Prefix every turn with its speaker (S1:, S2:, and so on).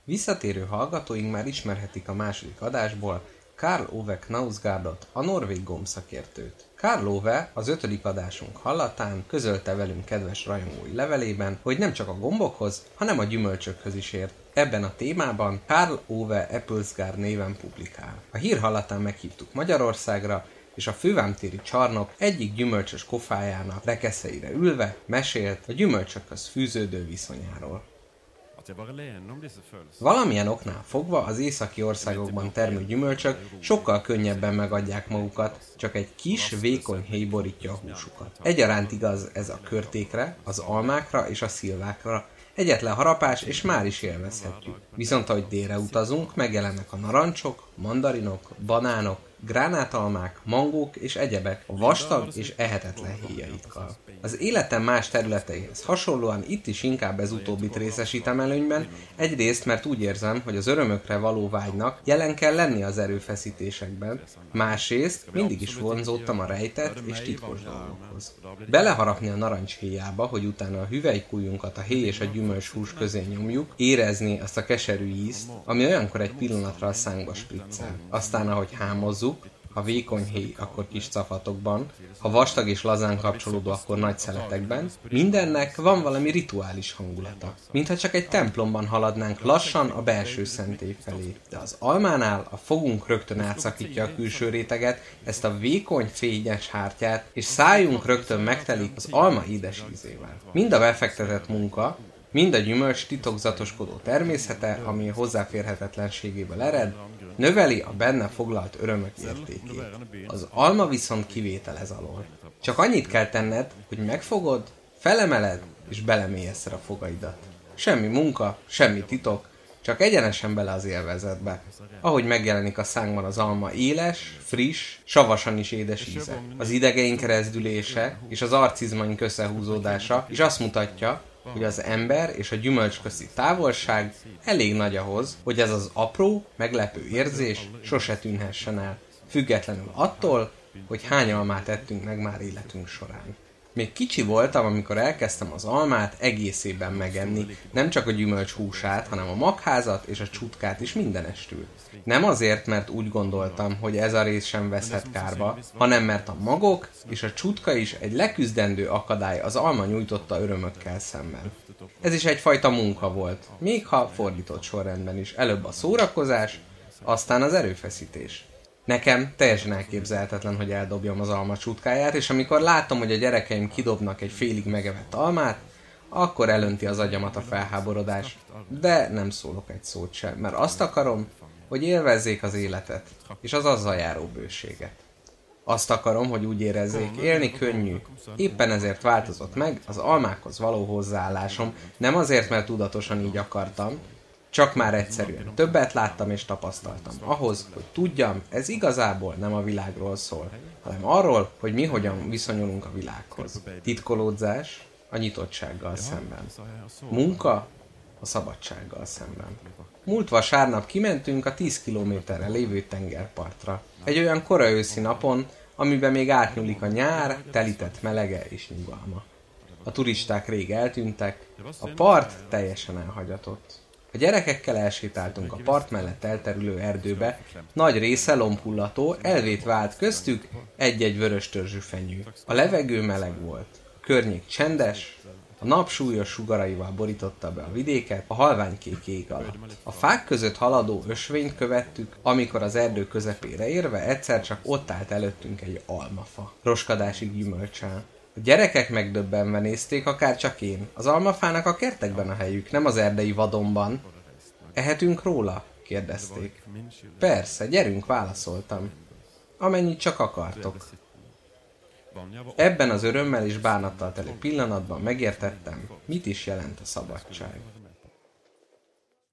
S1: Visszatérő hallgatóink már ismerhetik a második adásból Karl Ove Knausgaardot, a norvég gombszakértőt. Karl Ove az 5. adásunk hallatán közölte velünk kedves rajongói levelében, hogy nem csak a gombokhoz, hanem a gyümölcsökhöz is ért. Ebben a témában Karl Ove Eppelsgaard néven publikál. A hír hallatán meghívtuk Magyarországra, és a fővámtéri csarnok egyik gyümölcsös kofájának rekeszeire ülve mesélt a gyümölcsökhöz fűződő viszonyáról. Valamilyen oknál fogva az északi országokban termő gyümölcsök sokkal könnyebben megadják magukat, csak egy kis, vékony héj borítja a húsukat. Egyaránt igaz ez a körtékre, az almákra és a szilvákra, egyetlen harapás és már is élvezhetjük. Viszont ahogy délre utazunk, megjelennek a narancsok, mandarinok, banánok, gránátalmák, mangók és egyebek a vastag és ehetetlen héjaikkal. Az életem más területeihez hasonlóan itt is inkább ez utóbbit részesítem előnyben, egyrészt mert úgy érzem, hogy az örömökre való vágynak jelen kell lenni az erőfeszítésekben, másrészt mindig is vonzódtam a rejtett és titkos dolgokhoz. Beleharapni a narancs héjába, hogy utána a hüvelykujjunkat a héj és a gyümölcs hús közé nyomjuk, érezni azt a keserű ízt, ami olyankor egy pillanatra a szánkba spriccel. Aztán ahogy hámozzuk, ha vékony héj, akkor kis cafatokban, ha vastag és lazán kapcsolódó, akkor nagy szeletekben, mindennek van valami rituális hangulata. Mintha csak egy templomban haladnánk lassan a belső szentély felé. De az almánál a fogunk rögtön átszakítja a külső réteget, ezt a vékony, fényes hártyát, és szájunk rögtön megtelik az alma édes ízével. Mind a befektetett munka, mind a gyümölcs titokzatoskodó természete, ami a hozzáférhetetlenségéből ered, növeli a benne foglalt örömök értékét. Az alma viszont kivétel ez alól. Csak annyit kell tenned, hogy megfogod, felemeled és belemélyeszed a fogaidat. Semmi munka, semmi titok, csak egyenesen bele az élvezetbe. Ahogy megjelenik a szánkban az alma éles, friss, savasan is édes íze. Az idegeink rezdülése és az arcizmaink összehúzódása is azt mutatja, hogy az ember és a gyümölcs közti távolság elég nagy ahhoz, hogy ez az apró, meglepő érzés sose tűnhessen el, függetlenül attól, hogy hány almát ettünk meg már életünk során. Még kicsi voltam, amikor elkezdtem az almát egészében megenni, nem csak a gyümölcs húsát, hanem a magházat és a csutkát is mindenestül. Nem azért, mert úgy gondoltam, hogy ez a rész sem veszhet kárba, hanem mert a magok és a csutka is egy leküzdendő akadály az alma nyújtotta örömökkel szemben. Ez is egyfajta munka volt, még ha fordított sorrendben is. Előbb a szórakozás, aztán az erőfeszítés. Nekem teljesen elképzelhetetlen, hogy eldobjam az alma csutkáját, és amikor látom, hogy a gyerekeim kidobnak egy félig megevett almát, akkor elönti az agyamat a felháborodás. De nem szólok egy szót sem, mert azt akarom, hogy élvezzék az életet, és az azzal járó bőséget. Azt akarom, hogy úgy érezzék, élni könnyű. Éppen ezért változott meg az almákhoz való hozzáállásom, nem azért, mert tudatosan így akartam, csak már egyszerűen többet láttam és tapasztaltam ahhoz, hogy tudjam, ez igazából nem a világról szól, hanem arról, hogy mi hogyan viszonyulunk a világhoz. Titkolódzás a nyitottsággal szemben. Munka a szabadsággal szemben. Múlt vasárnap kimentünk a 10 kilométerre lévő tengerpartra. Egy olyan kora őszi napon, amiben még átnyúlik a nyár, telített melege és nyugalma. A turisták rég eltűntek, a part teljesen elhagyatott. A gyerekekkel elsétáltunk a part mellett elterülő erdőbe, nagy része lombhullató, elvét vált köztük egy-egy vöröstörzsű fenyő. A levegő meleg volt, a környék csendes, a nap súlyos sugaraival borította be a vidéket a halványkék ég alatt. A fák között haladó ösvényt követtük, amikor az erdő közepére érve egyszer csak ott állt előttünk egy almafa, roskadásig gyümölcsel. A gyerekek megdöbbenve nézték, akár csak én. Az almafának a kertekben a helyük, nem az erdei vadonban. Ehetünk róla? Kérdezték. Persze, gyerünk, válaszoltam. Amennyit csak akartok. Ebben az örömmel és bánattal telő pillanatban megértettem, mit is jelent a szabadság.